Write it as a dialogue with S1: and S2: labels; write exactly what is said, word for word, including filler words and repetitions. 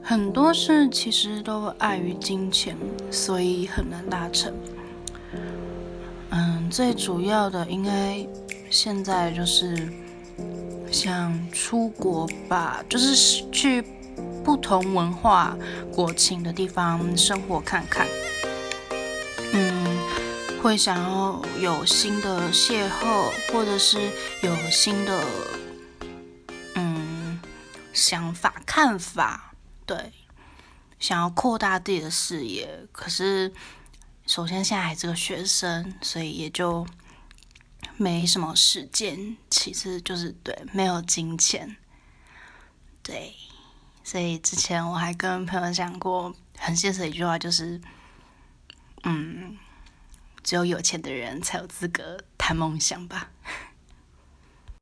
S1: 很多事其实都碍于金钱，所以很难达成。嗯，最主要的应该现在就是想出国吧，就是去不同文化、国情的地方生活看看。嗯，会想要有新的邂逅，或者是有新的嗯想法、看法，对。想要扩大自己的视野，可是首先现在还是个学生，所以也就没什么时间。其次就是对，没有金钱，对，所以之前我还跟朋友讲过，很现实的一句话就是，嗯，只有有钱的人才有资格谈梦想吧。